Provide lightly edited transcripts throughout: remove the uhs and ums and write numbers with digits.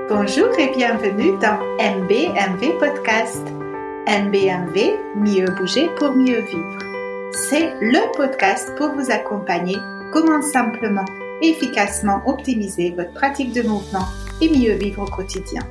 Bonjour et bienvenue dans MBMV Podcast. MBMV, mieux bouger pour mieux vivre. C'est le podcast pour vous accompagner comment simplement et efficacement optimiser votre pratique de mouvement et mieux vivre au quotidien.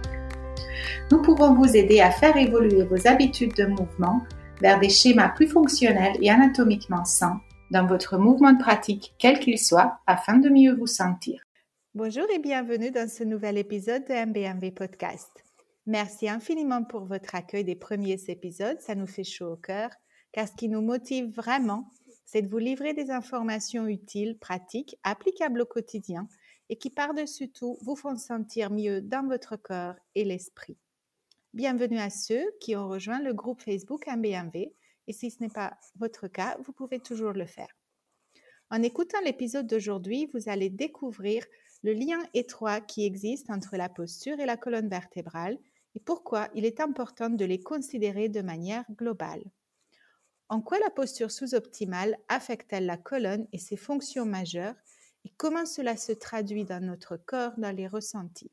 Nous pouvons vous aider à faire évoluer vos habitudes de mouvement vers des schémas plus fonctionnels et anatomiquement sains dans votre mouvement de pratique, quel qu'il soit, afin de mieux vous sentir. Bonjour et bienvenue dans ce nouvel épisode de MBMV Podcast. Merci infiniment pour votre accueil des premiers épisodes, ça nous fait chaud au cœur, car ce qui nous motive vraiment, c'est de vous livrer des informations utiles, pratiques, applicables au quotidien et qui par-dessus tout vous font sentir mieux dans votre corps et l'esprit. Bienvenue à ceux qui ont rejoint le groupe Facebook MBMV et si ce n'est pas votre cas, vous pouvez toujours le faire. En écoutant l'épisode d'aujourd'hui, vous allez découvrir le lien étroit qui existe entre la posture et la colonne vertébrale et pourquoi il est important de les considérer de manière globale. En quoi la posture sous-optimale affecte-t-elle la colonne et ses fonctions majeures et comment cela se traduit dans notre corps dans les ressentis.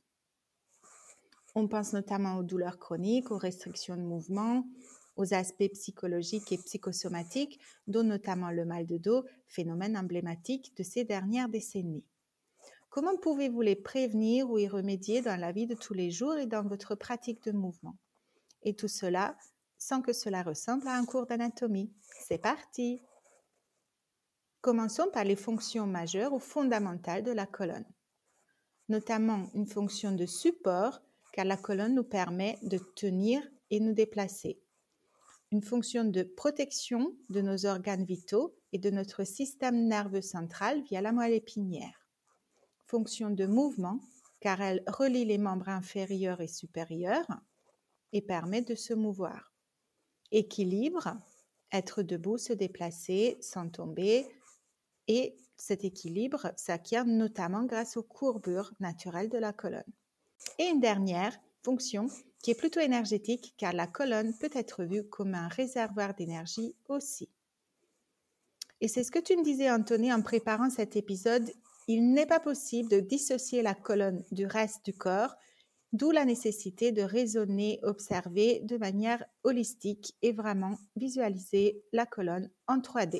On pense notamment aux douleurs chroniques, aux restrictions de mouvement, aux aspects psychologiques et psychosomatiques, dont notamment le mal de dos, phénomène emblématique de ces dernières décennies. Comment pouvez-vous les prévenir ou y remédier dans la vie de tous les jours et dans votre pratique de mouvement? Et tout cela sans que cela ressemble à un cours d'anatomie. C'est parti! Commençons par les fonctions majeures ou fondamentales de la colonne. Notamment une fonction de support, car la colonne nous permet de tenir et nous déplacer. Une fonction de protection de nos organes vitaux et de notre système nerveux central via la moelle épinière. Fonction de mouvement, car elle relie les membres inférieurs et supérieurs et permet de se mouvoir. Équilibre, être debout, se déplacer sans tomber. Et cet équilibre s'acquiert notamment grâce aux courbures naturelles de la colonne. Et une dernière fonction qui est plutôt énergétique, car la colonne peut être vue comme un réservoir d'énergie aussi. Et c'est ce que tu me disais, Anthony, en préparant cet épisode. Il n'est pas possible de dissocier la colonne du reste du corps, d'où la nécessité de raisonner, observer de manière holistique et vraiment visualiser la colonne en 3D.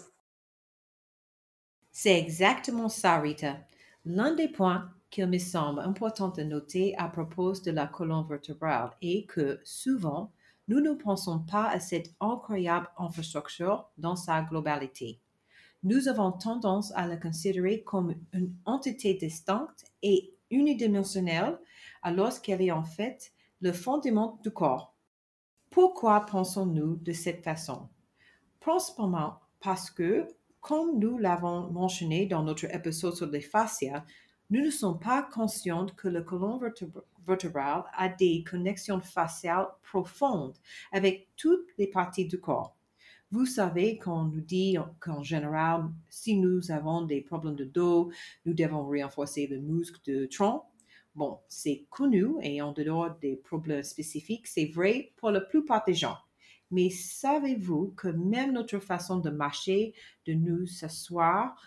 C'est exactement ça, Rita. L'un des points qu'il me semble important de noter à propos de la colonne vertébrale est que souvent, nous ne pensons pas à cette incroyable infrastructure dans sa globalité. Nous avons tendance à la considérer comme une entité distincte et unidimensionnelle, alors qu'elle est en fait le fondement du corps. Pourquoi pensons-nous de cette façon? Principalement parce que, comme nous l'avons mentionné dans notre épisode sur les fascias, nous ne sommes pas conscients que la colonne vertébrale a des connexions faciales profondes avec toutes les parties du corps. Vous savez qu'on nous dit qu'en général, si nous avons des problèmes de dos, nous devons renforcer le muscle du tronc. Bon, c'est connu et en dehors des problèmes spécifiques, c'est vrai pour la plupart des gens. Mais savez-vous que même notre façon de marcher, de nous asseoir,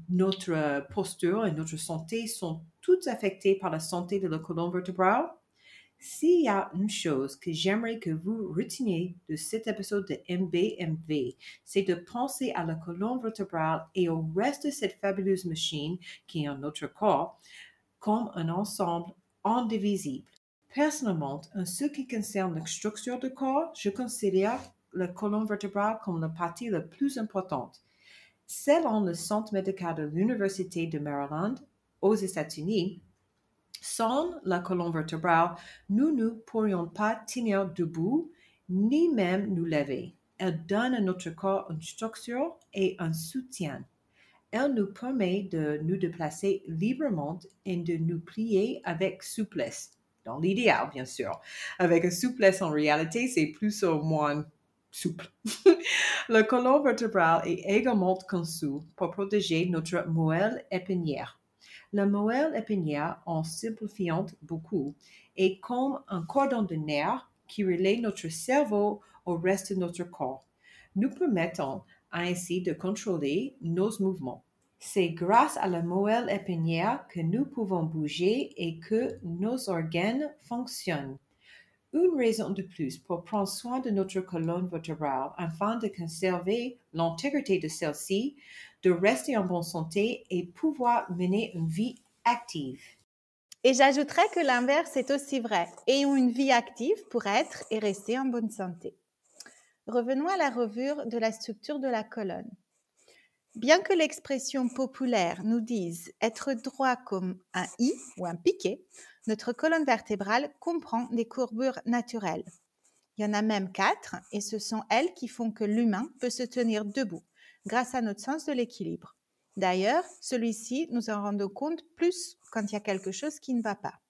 notre posture et notre santé sont toutes affectées par la santé de la colonne vertébrale? S'il y a une chose que j'aimerais que vous reteniez de cet épisode de MBMV, c'est de penser à la colonne vertébrale et au reste de cette fabuleuse machine qui est notre corps comme un ensemble indivisible. Personnellement, en ce qui concerne la structure du corps, je considère la colonne vertébrale comme la partie la plus importante. Selon le Centre médical de l'Université de Maryland, aux États-Unis, sans la colonne vertébrale, nous ne pourrions pas tenir debout, ni même nous lever. Elle donne à notre corps une structure et un soutien. Elle nous permet de nous déplacer librement et de nous plier avec souplesse. Dans l'idéal, bien sûr. Avec une souplesse, en réalité, c'est plus ou moins souple. La colonne vertébrale est également conçue pour protéger notre moelle épinière. La moelle épinière, en simplifiant beaucoup, est comme un cordon de nerfs qui relaie notre cerveau au reste de notre corps, nous permettant ainsi de contrôler nos mouvements. C'est grâce à la moelle épinière que nous pouvons bouger et que nos organes fonctionnent. Une raison de plus pour prendre soin de notre colonne vertébrale afin de conserver l'intégrité de celle-ci, de rester en bonne santé et pouvoir mener une vie active. Et j'ajouterais que l'inverse est aussi vrai. Ayons une vie active pour être et rester en bonne santé. Revenons à la revue de la structure de la colonne. Bien que l'expression populaire nous dise être droit comme un I ou un piquet, notre colonne vertébrale comprend des courbures naturelles. Il y en a même 4 et ce sont elles qui font que l'humain peut se tenir debout grâce à notre sens de l'équilibre. D'ailleurs, celui-ci, nous en rendons compte plus quand il y a quelque chose qui ne va pas.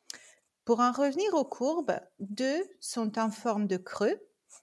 Pour en revenir aux courbes, 2 sont en forme de creux,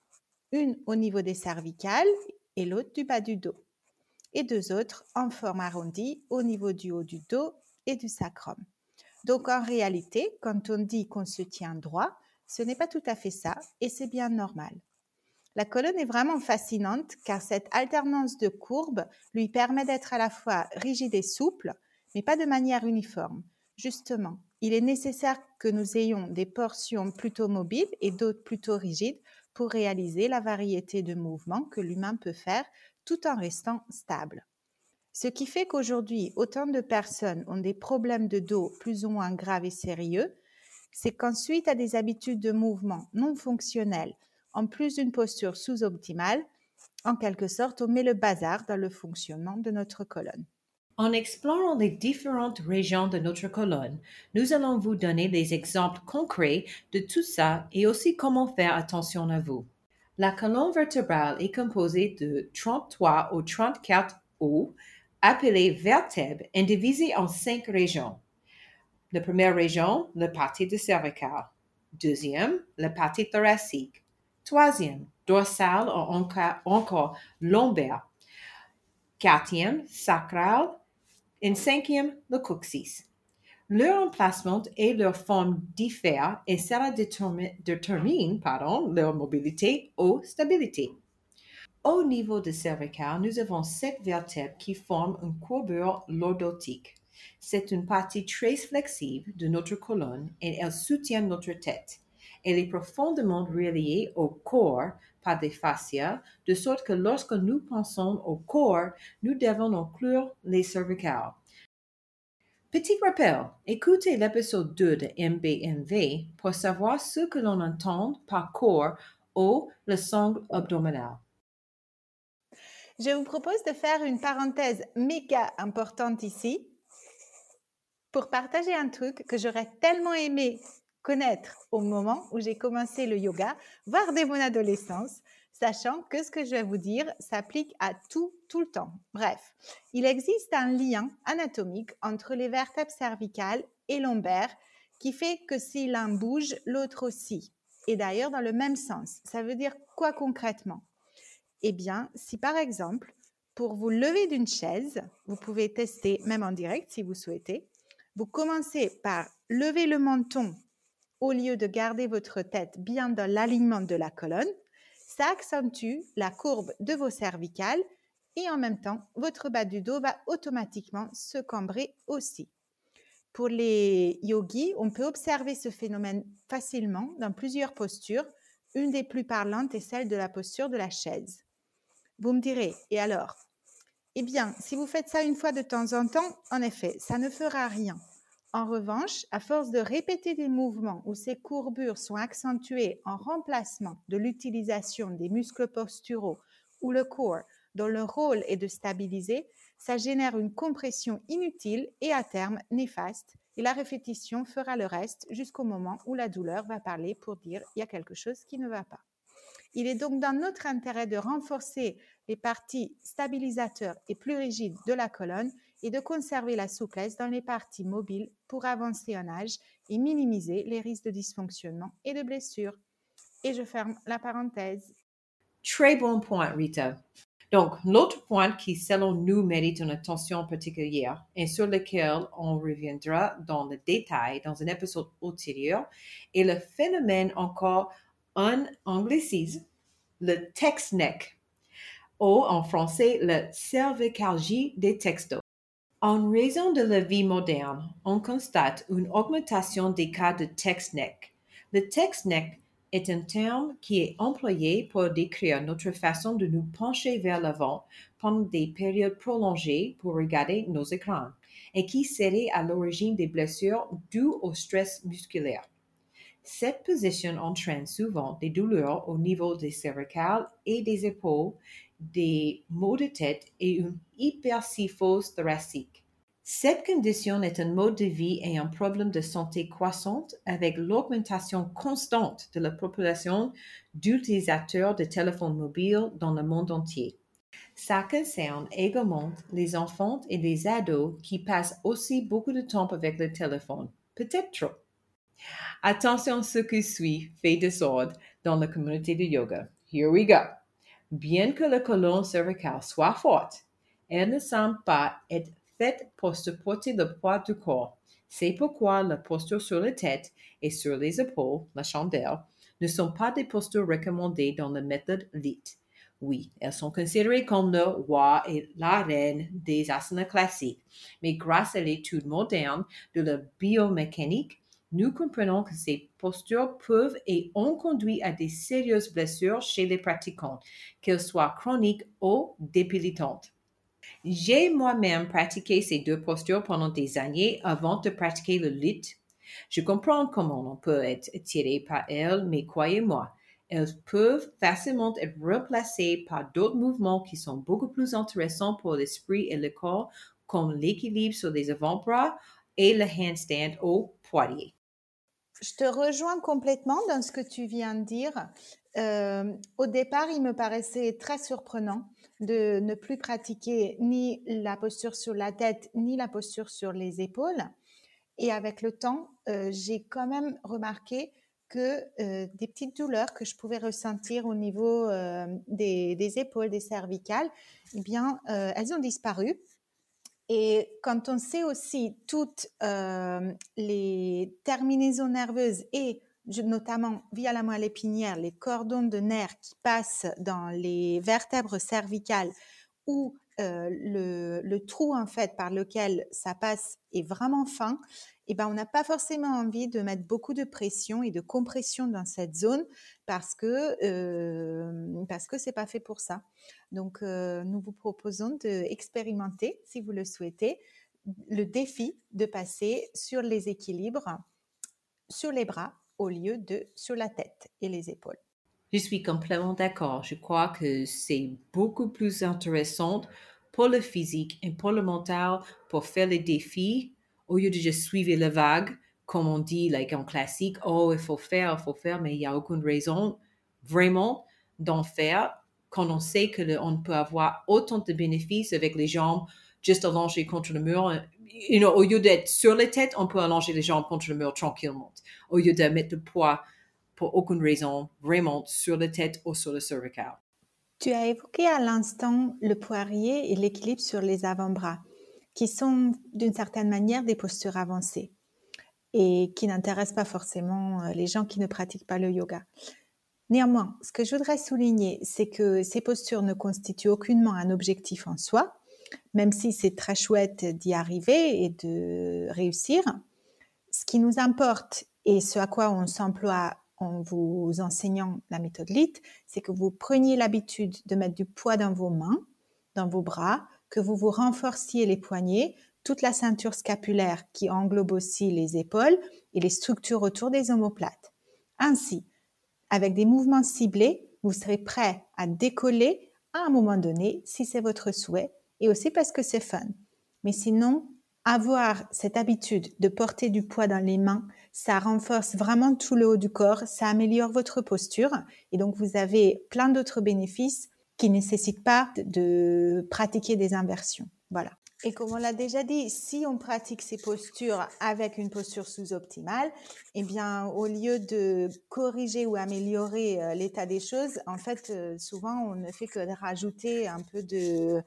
une au niveau des cervicales et l'autre du bas du dos, et 2 autres en forme arrondie au niveau du haut du dos et du sacrum. Donc en réalité, quand on dit qu'on se tient droit, ce n'est pas tout à fait ça et c'est bien normal. La colonne est vraiment fascinante car cette alternance de courbes lui permet d'être à la fois rigide et souple, mais pas de manière uniforme. Justement, il est nécessaire que nous ayons des portions plutôt mobiles et d'autres plutôt rigides pour réaliser la variété de mouvements que l'humain peut faire tout en restant stable. Ce qui fait qu'aujourd'hui, autant de personnes ont des problèmes de dos plus ou moins graves et sérieux, c'est qu'ensuite à des habitudes de mouvement non fonctionnelles, en plus d'une posture sous-optimale, en quelque sorte, on met le bazar dans le fonctionnement de notre colonne. En explorant les différentes régions de notre colonne, nous allons vous donner des exemples concrets de tout ça et aussi comment faire attention à vous. La colonne vertébrale est composée de 33 ou 34 os, appelés vertèbres, et divisées en 5 régions. La première région, la partie de cervicale. Deuxième, la partie thoracique. Troisième, dorsale ou encore lombaire. Quatrième, sacral. Et cinquième, le coccyx. Leur emplacement et leur forme diffèrent et cela détermine leur mobilité ou stabilité. Au niveau de cervical, nous avons 7 vertèbres qui forment une courbure lordotique. C'est une partie très flexible de notre colonne et elle soutient notre tête. Elle est profondément reliée au corps par des fascias, de sorte que lorsque nous pensons au corps, nous devons inclure les cervicales. Petit rappel, écoutez l'épisode 2 de MBMV pour savoir ce que l'on entend par corps ou le sangle abdominal. Je vous propose de faire une parenthèse méga importante ici pour partager un truc que j'aurais tellement aimé connaître au moment où j'ai commencé le yoga, voire dès mon adolescence, sachant que ce que je vais vous dire s'applique à tout le temps. Bref, il existe un lien anatomique entre les vertèbres cervicales et lombaires qui fait que si l'un bouge, l'autre aussi. Et d'ailleurs dans le même sens. Ça veut dire quoi concrètement ? Eh bien, si par exemple, pour vous lever d'une chaise, vous pouvez tester même en direct si vous souhaitez, vous commencez par lever le menton au lieu de garder votre tête bien dans l'alignement de la colonne. Ça accentue la courbe de vos cervicales et en même temps, votre bas du dos va automatiquement se cambrer aussi. Pour les yogis, on peut observer ce phénomène facilement dans plusieurs postures. Une des plus parlantes est celle de la posture de la chaise. Vous me direz, et alors ? Eh bien, si vous faites ça une fois de temps en temps, en effet, ça ne fera rien. En revanche, à force de répéter des mouvements où ces courbures sont accentuées en remplacement de l'utilisation des muscles posturaux ou le core, dont le rôle est de stabiliser, ça génère une compression inutile et à terme néfaste. Et la répétition fera le reste jusqu'au moment où la douleur va parler pour dire il y a quelque chose qui ne va pas. Il est donc dans notre intérêt de renforcer les parties stabilisateurs et plus rigides de la colonne et de conserver la souplesse dans les parties mobiles pour avancer en âge et minimiser les risques de dysfonctionnement et de blessures. Et je ferme la parenthèse. Très bon point, Rita. Donc, l'autre point qui, selon nous, mérite une attention particulière et sur lequel on reviendra dans le détail dans un épisode ultérieur est le phénomène encore en anglicisme, le text neck, ou en français, la cervicalgie des textos. En raison de la vie moderne, on constate une augmentation des cas de text-neck. Le text-neck est un terme qui est employé pour décrire notre façon de nous pencher vers l'avant pendant des périodes prolongées pour regarder nos écrans et qui serait à l'origine des blessures dues au stress musculaire. Cette position entraîne souvent des douleurs au niveau des cervicales et des épaules, des maux de tête et une hypercyphose thoracique. Cette condition est un mode de vie et un problème de santé croissante avec l'augmentation constante de la population d'utilisateurs de téléphones mobiles dans le monde entier. Ça concerne également les enfants et les ados qui passent aussi beaucoup de temps avec le téléphone, peut-être trop. Attention, ce qui suit fait désordre dans la communauté de yoga. Here we go. Bien que la colonne cervicale soit forte, elle ne semble pas être faite pour supporter le poids du corps. C'est pourquoi la posture sur la tête et sur les épaules, la chandelle, ne sont pas des postures recommandées dans la méthode LEAT. Oui, elles sont considérées comme le roi et la reine des asanas classiques, mais grâce à l'étude moderne de la biomécanique, nous comprenons que ces postures peuvent et ont conduit à des sérieuses blessures chez les pratiquants, qu'elles soient chroniques ou débilitantes. J'ai moi-même pratiqué ces deux postures pendant des années avant de pratiquer le LIT. Je comprends comment on peut être attiré par elles, mais croyez-moi, elles peuvent facilement être remplacées par d'autres mouvements qui sont beaucoup plus intéressants pour l'esprit et le corps, comme l'équilibre sur les avant-bras et le handstand au poirier. Je te rejoins complètement dans ce que tu viens de dire. Au départ, il me paraissait très surprenant de ne plus pratiquer ni la posture sur la tête, ni la posture sur les épaules. Et avec le temps, j'ai quand même remarqué que des petites douleurs que je pouvais ressentir au niveau des épaules, des cervicales, eh bien, elles ont disparu. Et quand on sait aussi toutes les terminaisons nerveuses et notamment via la moelle épinière, les cordons de nerfs qui passent dans les vertèbres cervicales où le trou en fait par lequel ça passe est vraiment fin, et ben on n'a pas forcément envie de mettre beaucoup de pression et de compression dans cette zone parce que c'est pas fait pour ça. Donc nous vous proposons d'expérimenter, si vous le souhaitez, le défi de passer sur les équilibres sur les bras au lieu de sur la tête et les épaules. Je suis complètement d'accord. Je crois que c'est beaucoup plus intéressant pour le physique et pour le mental pour faire les défis au lieu de juste suivre la vague, comme on dit like en classique, oh, il faut faire, mais il n'y a aucune raison vraiment d'en faire quand on sait qu'on peut avoir autant de bénéfices avec les jambes juste allongées contre le mur. Au lieu d'être sur la tête, on peut allonger les jambes contre le mur tranquillement. Au lieu de mettre le poids pour aucune raison, vraiment sur la tête ou sur le cervical. Tu as évoqué à l'instant le poirier et l'équilibre sur les avant-bras, qui sont d'une certaine manière des postures avancées et qui n'intéressent pas forcément les gens qui ne pratiquent pas le yoga. Néanmoins, ce que je voudrais souligner, c'est que ces postures ne constituent aucunement un objectif en soi, même si c'est très chouette d'y arriver et de réussir. Ce qui nous importe et ce à quoi on s'emploie en vous enseignant la méthode LEAT, c'est que vous preniez l'habitude de mettre du poids dans vos mains, dans vos bras, que vous vous renforciez les poignets, toute la ceinture scapulaire qui englobe aussi les épaules et les structures autour des omoplates. Ainsi, avec des mouvements ciblés, vous serez prêt à décoller à un moment donné si c'est votre souhait et aussi parce que c'est fun. Mais sinon, avoir cette habitude de porter du poids dans les mains, ça renforce vraiment tout le haut du corps, ça améliore votre posture et donc vous avez plein d'autres bénéfices qui ne nécessitent pas de pratiquer des inversions. Voilà. Et comme on l'a déjà dit, si on pratique ces postures avec une posture sous-optimale, eh bien, au lieu de corriger ou améliorer l'état des choses, en fait, souvent, on ne fait que rajouter un peu de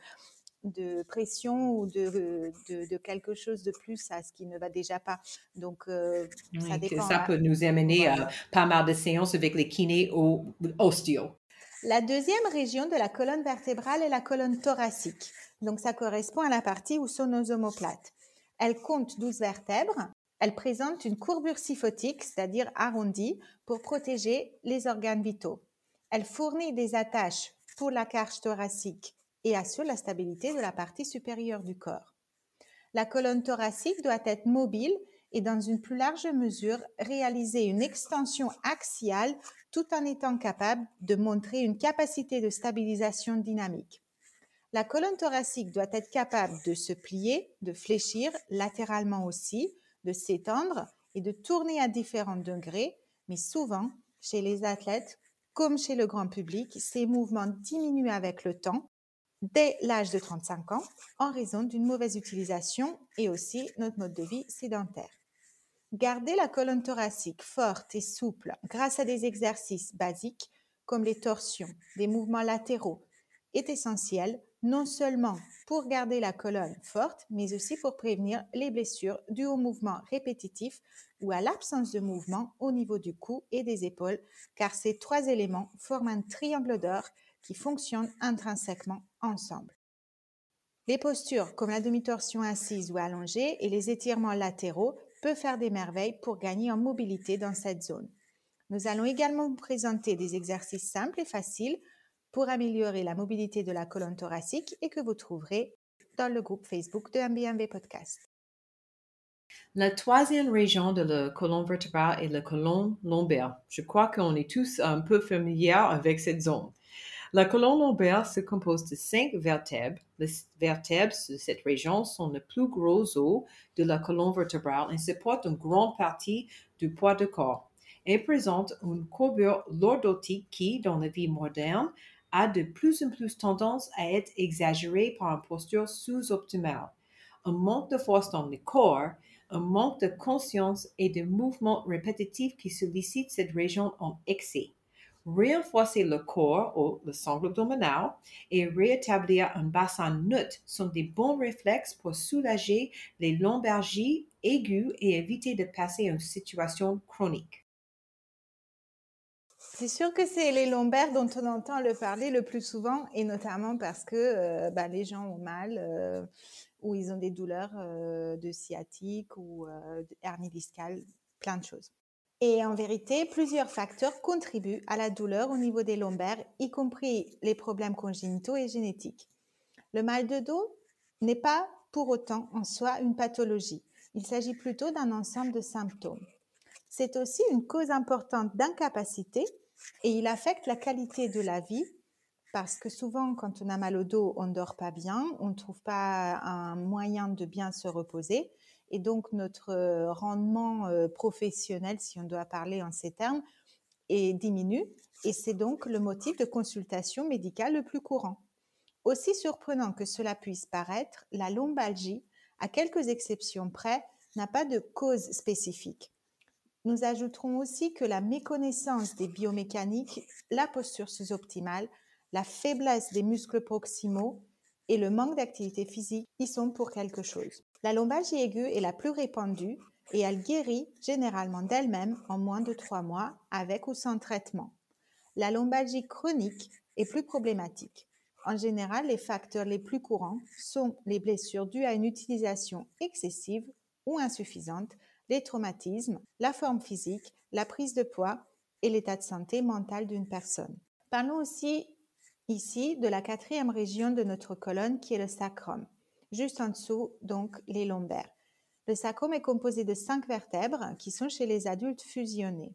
pression ou de quelque chose de plus à ce qui ne va déjà pas. Donc, ça dépend. Ça peut nous amener à pas mal de séances avec les kinés ou ostéo. La deuxième région de la colonne vertébrale est la colonne thoracique. Donc, ça correspond à la partie où sont nos omoplates. Elle compte 12 vertèbres. Elle présente une courbure syphotique, c'est-à-dire arrondie, pour protéger les organes vitaux. Elle fournit des attaches pour la cage thoracique et assure la stabilité de la partie supérieure du corps. La colonne thoracique doit être mobile et dans une plus large mesure réaliser une extension axiale tout en étant capable de montrer une capacité de stabilisation dynamique. La colonne thoracique doit être capable de se plier, de fléchir latéralement aussi, de s'étendre et de tourner à différents degrés, mais souvent, chez les athlètes comme chez le grand public, ces mouvements diminuent avec le temps dès l'âge de 35 ans en raison d'une mauvaise utilisation et aussi notre mode de vie sédentaire. Garder la colonne thoracique forte et souple grâce à des exercices basiques comme les torsions, des mouvements latéraux est essentiel non seulement pour garder la colonne forte, mais aussi pour prévenir les blessures dues aux mouvements répétitifs ou à l'absence de mouvement au niveau du cou et des épaules, car ces trois éléments forment un triangle d'or qui fonctionnent intrinsèquement ensemble. Les postures comme la demi-torsion assise ou allongée et les étirements latéraux peuvent faire des merveilles pour gagner en mobilité dans cette zone. Nous allons également vous présenter des exercices simples et faciles pour améliorer la mobilité de la colonne thoracique et que vous trouverez dans le groupe Facebook de MBMV Podcast. La troisième région de la colonne vertébrale est la colonne lombaire. Je crois qu'on est tous un peu familiers avec cette zone. La colonne lombaire se compose de 5 vertèbres. Les vertèbres de cette région sont le plus gros os de la colonne vertébrale et supportent une grande partie du poids du corps. Elle présente une courbure lordotique qui, dans la vie moderne, a de plus en plus tendance à être exagérée par une posture sous-optimale. Un manque de force dans le corps, un manque de conscience et de mouvements répétitifs qui sollicitent cette région en excès. Renforcer le corps ou le sangle abdominal et rétablir un bassin neutre sont des bons réflexes pour soulager les lombalgies aiguës et éviter de passer à une situation chronique. C'est sûr que c'est les lombaires dont on entend le parler le plus souvent et notamment parce que les gens ont mal ou ils ont des douleurs de sciatique ou hernie discale, plein de choses. Et en vérité, plusieurs facteurs contribuent à la douleur au niveau des lombaires, y compris les problèmes congénitaux et génétiques. Le mal de dos n'est pas pour autant en soi une pathologie. Il s'agit plutôt d'un ensemble de symptômes. C'est aussi une cause importante d'incapacité et il affecte la qualité de la vie parce que souvent, quand on a mal au dos, on ne dort pas bien, on ne trouve pas un moyen de bien se reposer. Et donc, notre rendement professionnel, si on doit parler en ces termes, diminue. Et c'est donc le motif de consultation médicale le plus courant. Aussi surprenant que cela puisse paraître, la lombalgie, à quelques exceptions près, n'a pas de cause spécifique. Nous ajouterons aussi que la méconnaissance des biomécaniques, la posture sous-optimale, la faiblesse des muscles proximaux et le manque d'activité physique y sont pour quelque chose. La lombalgie aiguë est la plus répandue et elle guérit généralement d'elle-même en moins de 3 mois avec ou sans traitement. La lombalgie chronique est plus problématique. En général, les facteurs les plus courants sont les blessures dues à une utilisation excessive ou insuffisante, les traumatismes, la forme physique, la prise de poids et l'état de santé mentale d'une personne. Parlons aussi ici de la quatrième région de notre colonne qui est le sacrum. Juste en dessous, donc, les lombaires. Le sacrum est composé de 5 vertèbres qui sont chez les adultes fusionnées.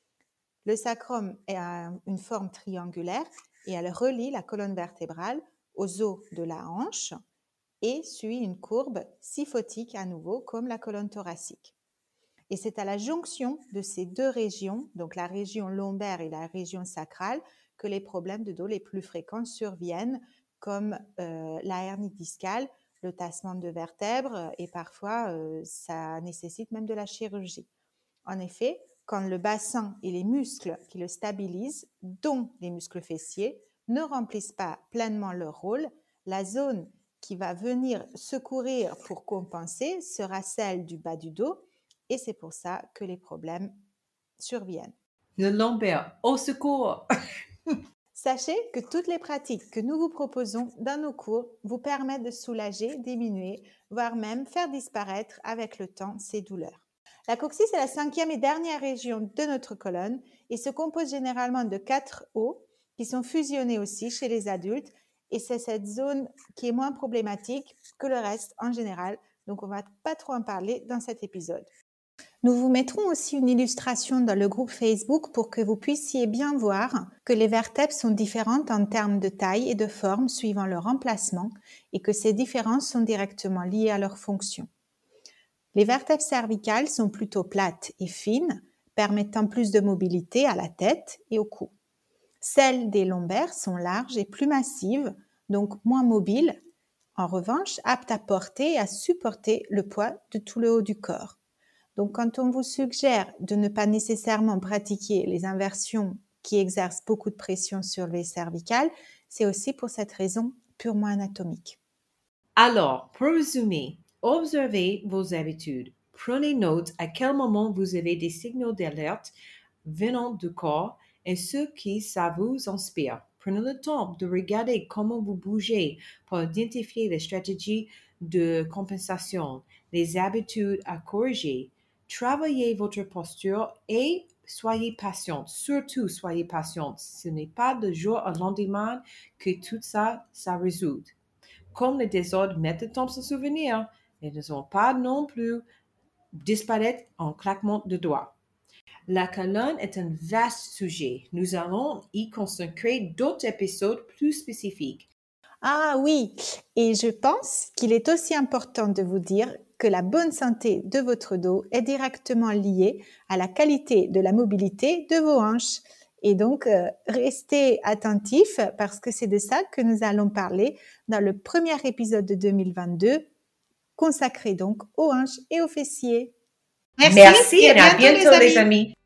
Le sacrum a une forme triangulaire et elle relie la colonne vertébrale aux os de la hanche et suit une courbe syphotique à nouveau comme la colonne thoracique. Et c'est à la jonction de ces deux régions, donc la région lombaire et la région sacrale, que les problèmes de dos les plus fréquents surviennent, comme la hernie discale, le tassement de vertèbres et parfois ça nécessite même de la chirurgie. En effet, quand le bassin et les muscles qui le stabilisent, dont les muscles fessiers, ne remplissent pas pleinement leur rôle, la zone qui va venir secourir pour compenser sera celle du bas du dos et c'est pour ça que les problèmes surviennent. Le lombaire, au secours! Sachez que toutes les pratiques que nous vous proposons dans nos cours vous permettent de soulager, diminuer, voire même faire disparaître avec le temps ces douleurs. La coccyx est la 5e et dernière région de notre colonne et se compose généralement de 4 os qui sont fusionnés aussi chez les adultes, et c'est cette zone qui est moins problématique que le reste en général, donc on ne va pas trop en parler dans cet épisode. Nous vous mettrons aussi une illustration dans le groupe Facebook pour que vous puissiez bien voir que les vertèbres sont différentes en termes de taille et de forme suivant leur emplacement et que ces différences sont directement liées à leur fonction. Les vertèbres cervicales sont plutôt plates et fines, permettant plus de mobilité à la tête et au cou. Celles des lombaires sont larges et plus massives, donc moins mobiles, en revanche aptes à porter et à supporter le poids de tout le haut du corps. Donc, quand on vous suggère de ne pas nécessairement pratiquer les inversions qui exercent beaucoup de pression sur les cervicales, c'est aussi pour cette raison purement anatomique. Alors, pour résumer, observez vos habitudes. Prenez note à quel moment vous avez des signaux d'alerte venant du corps et ce qui ça vous inspire. Prenez le temps de regarder comment vous bougez pour identifier les stratégies de compensation, les habitudes à corriger. Travaillez votre posture et soyez patiente. Surtout, soyez patiente. Ce n'est pas de jour au lendemain que tout ça résout. Comme les désordres mettent le temps de se souvenir, ils ne sont pas non plus disparaître en claquement de doigts. La colonne est un vaste sujet. Nous allons y consacrer d'autres épisodes plus spécifiques. Ah oui, et je pense qu'il est aussi important de vous dire que la bonne santé de votre dos est directement liée à la qualité de la mobilité de vos hanches. Et donc, restez attentifs parce que c'est de ça que nous allons parler dans le premier épisode de 2022, consacré donc aux hanches et aux fessiers. Merci et à bientôt les amis.